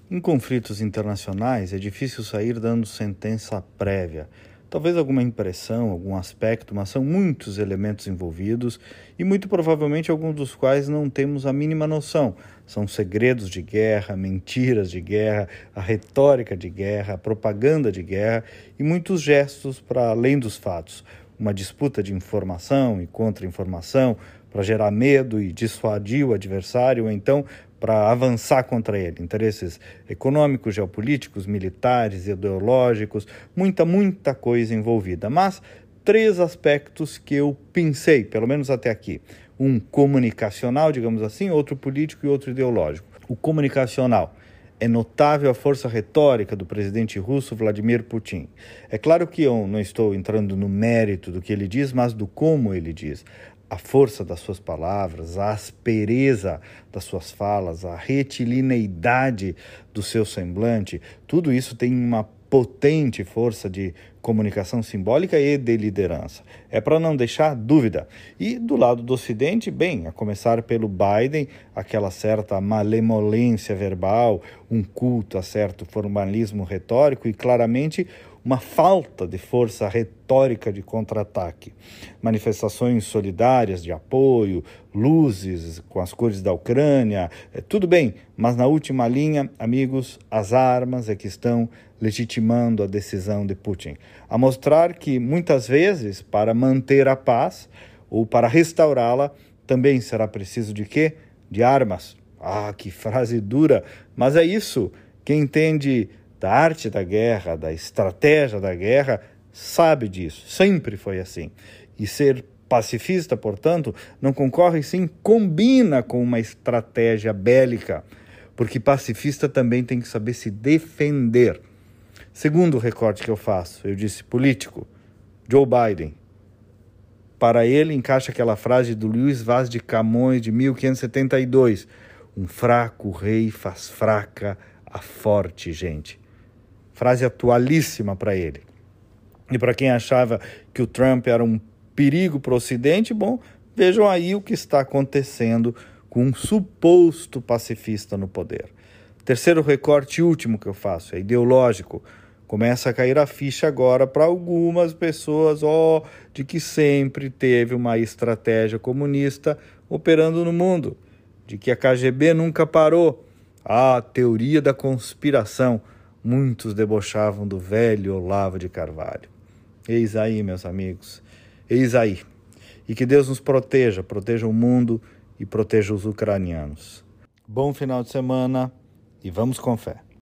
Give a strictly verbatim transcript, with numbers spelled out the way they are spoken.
Em conflitos internacionais, é difícil sair dando sentença prévia. Talvez alguma impressão, algum aspecto, mas são muitos elementos envolvidos e muito provavelmente alguns dos quais não temos a mínima noção. São segredos de guerra, mentiras de guerra, a retórica de guerra, a propaganda de guerra e muitos gestos para além dos fatos. Uma disputa de informação e contra-informação para gerar medo e dissuadir o adversário, ou então para avançar contra ele. Interesses econômicos, geopolíticos, militares, ideológicos, muita, muita coisa envolvida. Mas três aspectos que eu pensei, pelo menos até aqui. Um comunicacional, digamos assim, outro político e outro ideológico. O comunicacional. É notável a força retórica do presidente russo Vladimir Putin. É claro que eu não estou entrando no mérito do que ele diz, mas do como ele diz. A força das suas palavras, a aspereza das suas falas, a retilineidade do seu semblante, tudo isso tem uma potente força de comunicação simbólica e de liderança. É para não deixar dúvida. E do lado do Ocidente, bem, a começar pelo Biden, aquela certa malemolência verbal, um culto a certo formalismo retórico e claramente uma falta de força retórica de contra-ataque. Manifestações solidárias de apoio, luzes com as cores da Ucrânia, é, tudo bem, mas na última linha, amigos, as armas é que estão legitimando a decisão de Putin. A mostrar que, muitas vezes, para manter a paz ou para restaurá-la, também será preciso de quê? De armas. Ah, que frase dura, mas é isso. Quem entende da arte da guerra, da estratégia da guerra, sabe disso. Sempre foi assim. E ser pacifista, portanto, não concorre, sim, combina com uma estratégia bélica, porque pacifista também tem que saber se defender. Segundo recorte que eu faço, eu disse político, Joe Biden. Para ele, encaixa aquela frase do Luís Vaz de Camões, de mil quinhentos e setenta e dois. Um fraco rei faz fraca a forte gente. Frase atualíssima para ele. E para quem achava que o Trump era um perigo para o Ocidente, bom, vejam aí o que está acontecendo com um suposto pacifista no poder. Terceiro recorte último que eu faço, é ideológico. Começa a cair a ficha agora para algumas pessoas, ó, de que sempre teve uma estratégia comunista operando no mundo, de que a K G B nunca parou. Ah, teoria da conspiração. Muitos debochavam do velho Olavo de Carvalho. Eis aí, meus amigos, eis aí. E que Deus nos proteja, proteja o mundo e proteja os ucranianos. Bom final de semana e vamos com fé.